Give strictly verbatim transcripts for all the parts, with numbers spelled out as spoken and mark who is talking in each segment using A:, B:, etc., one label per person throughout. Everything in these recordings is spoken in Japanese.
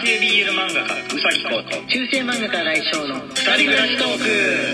A: 系 ビーエル 漫画家うさぎこと
B: 中世漫画家来翔の
A: ふたり暮らしトーク。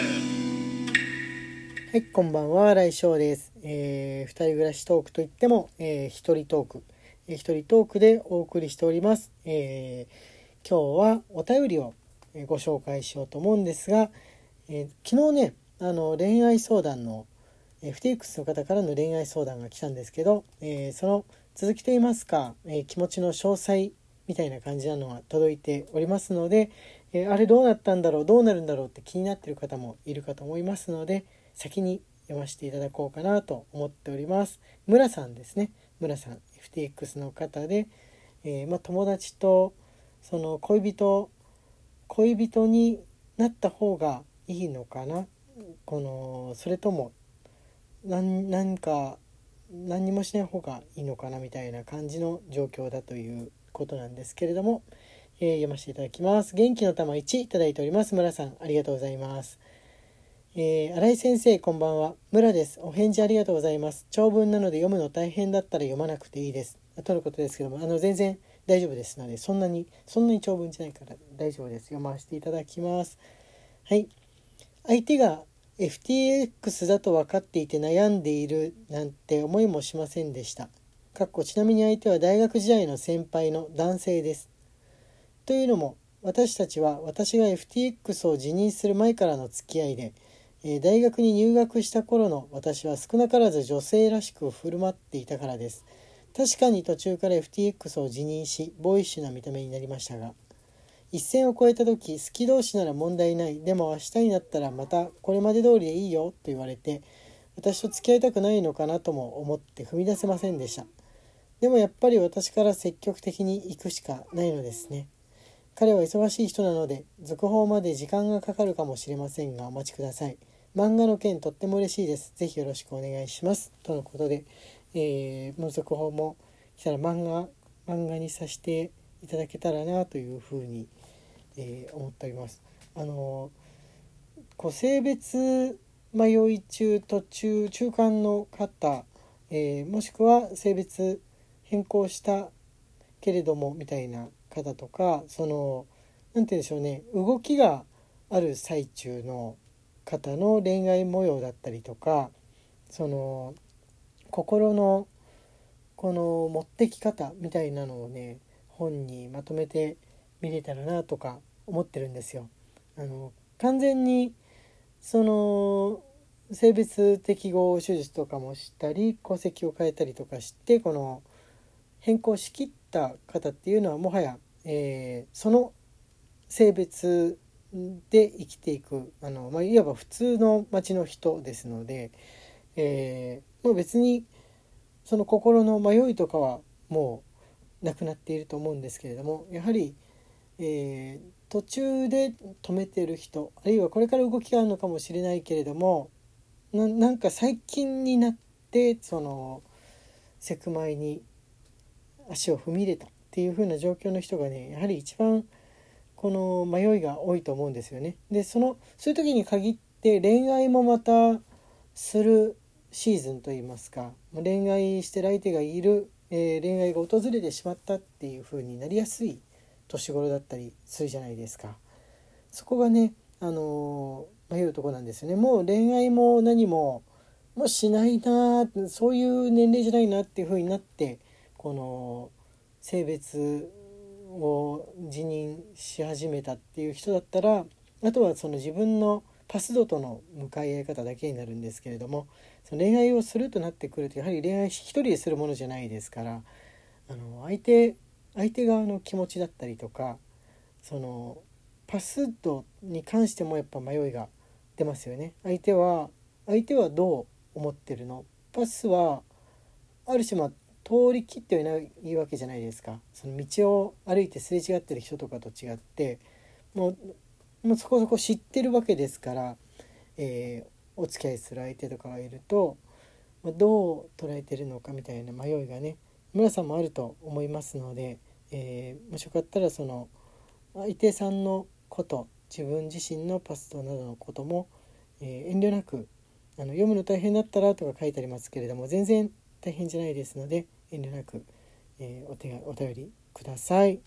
C: はい、こんばんは、来翔です。えー、二人暮らしトークといっても、えー、一人トーク、えー、一人トークでお送りしております。えー、今日はお便りをご紹介しようと思うんですが、えー、昨日ね、あの恋愛相談の エフティーエックス の方からの恋愛相談が来たんですけど、えー、その続きといいますか、えー、気持ちの詳細みたいな感じなのが届いておりますので、えー、あれどうなったんだろうどうなるんだろうって気になっている方もいるかと思いますので、先に読ませていただこうかなと思っております。村さんですね。村さん エフティーエックス の方で、えーまあ、友達とその恋人恋人になった方がいいのかな、このそれとも何何か何にもしない方がいいのかなみたいな感じの状況だということなんですけれども、えー、読ませていただきます。元気の玉いちいただいております。村さんありがとうございます。えー、新井先生こんばんは、村です。お返事ありがとうございます。長文なので読むの大変だったら読まなくていいですとのことですけども、あの全然大丈夫ですので、そんなにそんなに長文じゃないから大丈夫です。読ませていただきます。はい。相手が エフティーエックス だと分かっていて悩んでいるなんて思いもしませんでした。かっこちなみに相手は大学時代の先輩の男性です。というのも私たちは私が エフティーエックス を辞任する前からの付き合いで、えー、大学に入学した頃の私は少なからず女性らしく振る舞っていたからです。確かに途中から エフティーエックス を辞任しボーイッシュな見た目になりましたが、一線を越えた時好き同士なら問題ない、でも明日になったらまたこれまで通りでいいよと言われて、私と付き合いたくないのかなとも思って踏み出せませんでした。でもやっぱり私から積極的に行くしかないのですね。彼は忙しい人なので続報まで時間がかかるかもしれませんがお待ちください。漫画の件とっても嬉しいです。ぜひよろしくお願いしますとのことで、えー、もう続報も来たら漫画漫画にさせていただけたらなというふうに、えー、思っております。あのこう性別迷い中途中中間の方、えー、もしくは性別変更したけれどもみたいな方とか、そのなんて言うんでしょうね、動きがある最中の方の恋愛模様だったりとか、その心のこの持ってき方みたいなのをね、本にまとめて見れたらなとか思ってるんですよ。あの完全にその性別適合手術とかもしたり戸籍を変えたりとかしてこの変更しきった方っていうのはもはや、えー、その性別で生きていくあの、まあ、いわば普通の町の人ですので、えー、もう別にその心の迷いとかはもうなくなっていると思うんですけれども、やはり、えー、途中で止めてる人、あるいはこれから動きがあるのかもしれないけれども な, なんか最近になってそのセクマイに足を踏み入れたっていう風な状況の人がね、やはり一番この迷いが多いと思うんですよね。でそのそういう時に限って恋愛もまたするシーズンといいますか、恋愛してる相手がいる、えー、恋愛が訪れてしまったっていう風になりやすい年頃だったりするじゃないですか。そこがね、あのー、迷うとこなんですよね。もう恋愛も何ももうしないな、そういう年齢じゃないなっていう風になって、この性別を辞任し始めたっていう人だったら、あとはその自分のパス度との向かい合い方だけになるんですけれども、その恋愛をするとなってくるとやはり恋愛一人でするものじゃないですから、あの相手相手側の気持ちだったりとか、そのパス度に関してもやっぱ迷いが出ますよね。相手は相手はどう思ってるの、パスはある種まあ通り切ってはいないわけじゃないですか。その道を歩いてすれ違ってる人とかと違って、もう、もうそこそこ知ってるわけですから、えー、お付き合いする相手とかがいると、まあ、どう捉えてるのかみたいな迷いがね、村さんもあると思いますので、えー、もしよかったらその相手さんのこと、自分自身のパストなどのことも、えー、遠慮なく、あの読むの大変だったらとか書いてありますけれども、全然大変じゃないですので遠慮なく、えー、お手お便りください。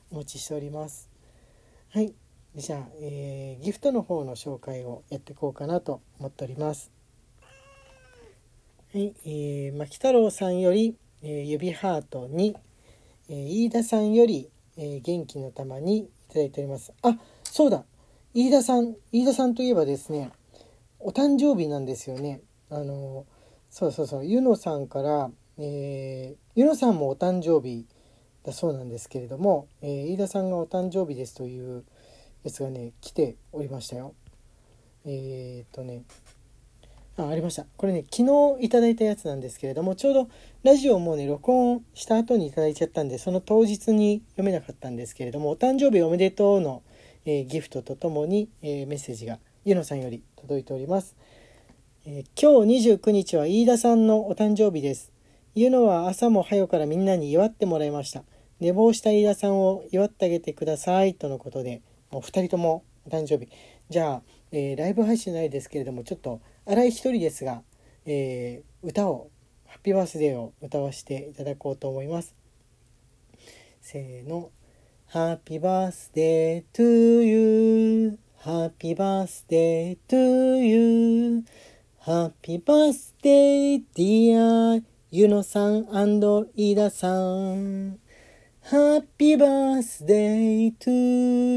C: お持ちしております。はい、じゃあ、えー、ギフトの方の紹介をやっていこうかなと思っております。はい、えー、牧太郎さんより、えー、指ハートに、えー、飯田さんより、えー、元気の玉にいただいております。あ、そうだ、飯田さん飯田さんといえばですね、お誕生日なんですよね。あのそうそうそう、ゆのさんから、えー、ゆのさんもお誕生日だそうなんですけれども、えー、飯田さんがお誕生日ですというやつがね来ておりましたよ。えー、っとねあ、ありました。これね、昨日いただいたやつなんですけれども、ちょうどラジオもね録音した後にいただいちゃったんで、その当日に読めなかったんですけれども、お誕生日おめでとうの、えー、ギフトとともに、えー、メッセージがゆのさんより届いております。えー、今日にじゅうくにちは飯田さんのお誕生日です。ゆのは朝も早からみんなに祝ってもらいました。寝坊した飯田さんを祝ってあげてくださいとのことで、お二人ともお誕生日。じゃあ、えー、ライブ配信ないですけれども、ちょっと荒井一人ですが、えー、歌をハッピーバースデーを歌わせていただこうと思います。せーの。Happy birthday to you Happy birthday to you Happy birthday dear ゆのさん&飯田さん Happy birthday to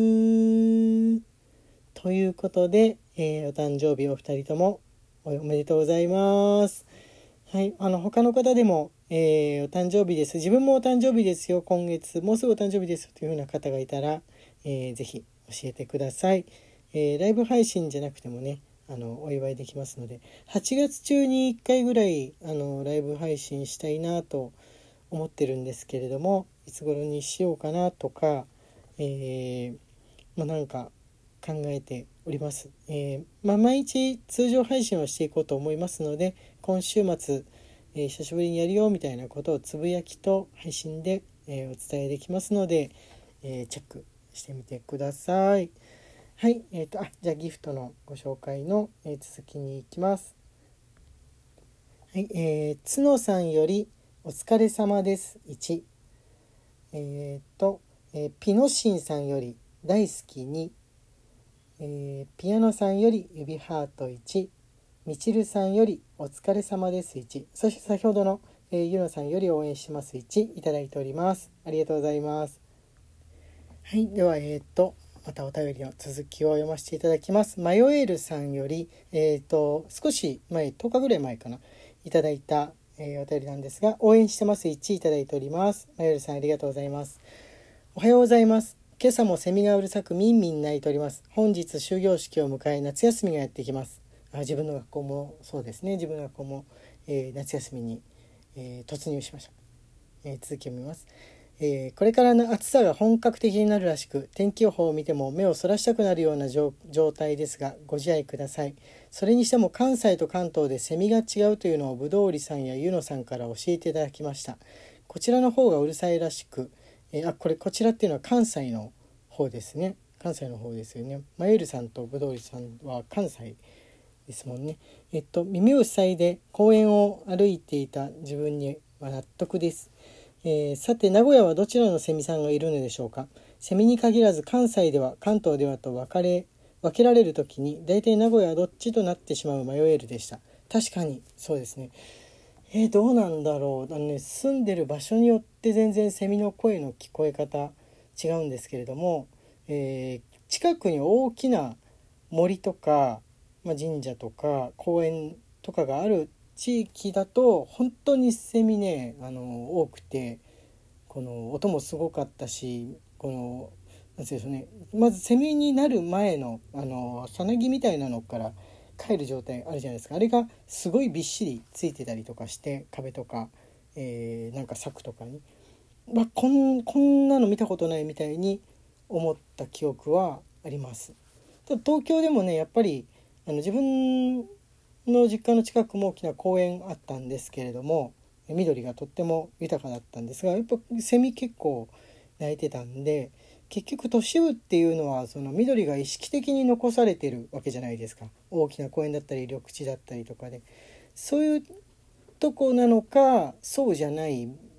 C: you ということで、えー、お誕生日お二人ともおめでとうございます。はい、あの他の方でも、えー、お誕生日です、自分もお誕生日ですよ、今月もうすぐお誕生日ですというふうな方がいたら、えー、ぜひ教えてください。えー、ライブ配信じゃなくてもね、あのお祝いできますので、はちがつ中にいっかいぐらいあのライブ配信したいなと思ってるんですけれども、いつ頃にしようかなとか、えー、まあ、なんか考えております。えーまあ、毎日通常配信をしていこうと思いますので、今週末、えー、久しぶりにやるよみたいなことをつぶやきと配信で、えー、お伝えできますので、えー、チェックしてみてください。はい、えーと、あ、じゃあギフトのご紹介の、えー、続きに行きます。はい、えー、つのさんよりお疲れ様ですいち、えーと、えー、ピノシンさんより大好きに、えー、ピアノさんより指ハートいち、みちるさんよりお疲れ様ですいち、そして先ほどの、えー、ゆのさんより応援しますいちいただいております。ありがとうございます。はい、ではえー、っとまたお便りの続きを読ませていただきます。マヨエールさんより、えー、っと少し前、とおかぐらい前かな、いただいた、えー、お便りなんですが、応援してますいちいただいております。マヨエールさんありがとうございます。おはようございます。今朝もセミがうるさくみんみん鳴いております。本日終業式を迎え夏休みがやってきます。あ、自分の学校もそうですね、自分の学校も、えー、夏休みに、えー、突入しました。えー、続きを見ます。えー、これからの暑さが本格的になるらしく、天気予報を見ても目をそらしたくなるような状態ですがご自愛ください。それにしても関西と関東でセミが違うというのをぶどうりさんやゆのさんから教えていただきました。こちらの方がうるさいらしく、えー、あこれこちらっていうのは関西の方ですね。関西の方ですよね。マユルさんとぶどうりさんは関西ですもんね。えっと耳を塞いで公園を歩いていた自分には納得です。えー、さて名古屋はどちらのセミさんがいるのでしょうか。セミに限らず関西では関東ではと分かれ分けられるときに大体名古屋はどっちとなってしまうマヨエールでした。確かにそうですね。えー、どうなんだろう。あのね、住んでる場所によって全然セミの声の聞こえ方違うんですけれども、えー、近くに大きな森とか、まあ、神社とか公園とかがある地域だと本当にセミね、あの多くて、この音もすごかったし、このなんていうんでしょうね、まずセミになる前のあのさなぎみたいなのから帰る状態あるじゃないですか。あれがすごいびっしりついてたりとかして、壁とか、えー、なんか柵とかに、まあ、こん、こんなの見たことないみたいに思った記憶はあります。ただ東京でもね、やっぱりあの自分の実家の近くも大きな公園あったんですけれども、緑がとっても豊かだったんですが、やっぱセミ結構鳴いてたんで、結局都市部っていうのはその緑が意識的に残されてるわけじゃないですか。大きな公園だったり緑地だったりとかで、そういうとこなのかそうじゃない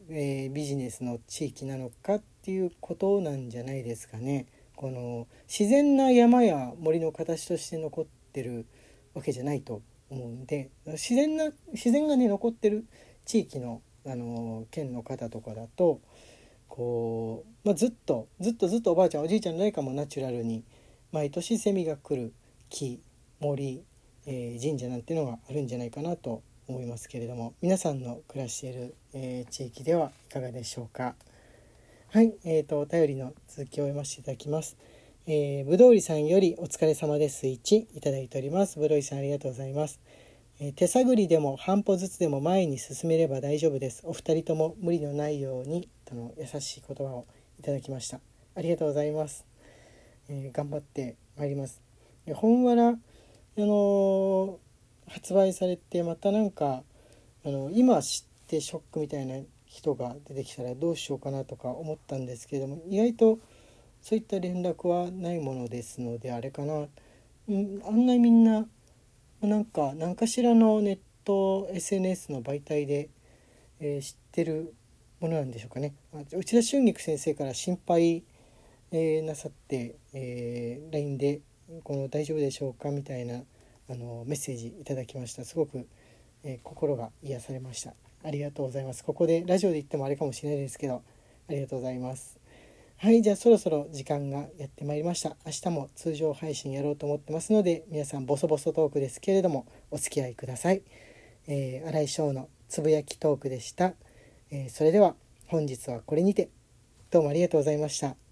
C: えー、ビジネスの地域なのかっていうことなんじゃないですかね。この自然な山や森の形として残ってるわけじゃないと思うんで、自然な自然がね残ってる地域の、あの県の方とかだとこう、まあ、ずっとずっとずっとおばあちゃんおじいちゃんの代からもナチュラルに毎年セミが来る木森、えー、神社なんていうのがあるんじゃないかなと思いますけれども、皆さんの暮らしている、えー、地域ではいかがでしょうか。はい、えーとお便りの続きを読ませていただきます。えー、ぶどうりさんよりお疲れ様ですいちいただいております。ぶどうりさんありがとうございます。えー、手探りでも半歩ずつでも前に進めれば大丈夫です。お二人とも無理のないようにとの優しい言葉をいただきました。ありがとうございます。えー、頑張ってまいります。本わら、あのー、発売されてまたなんかあの今知ってショックみたいな人が出てきたらどうしようかなとか思ったんですけれども、意外とそういった連絡はないものですのであれかな、うん、案外みんななんか何かしらのネット エスエヌエス の媒体で、えー、知ってるものなんでしょうかね。内田春菊先生から心配、えー、なさって、えー、ライン でこの大丈夫でしょうかみたいなあのメッセージいただきました。すごく、えー、心が癒されました。ありがとうございます。ここでラジオで言ってもあれかもしれないですけど、ありがとうございます。はい、じゃあそろそろ時間がやってまいりました。明日も通常配信やろうと思ってますので、皆さんボソボソトークですけれどもお付き合いください。えー、新井翔のつぶやきトークでした。えー、それでは本日はこれにてどうもありがとうございました。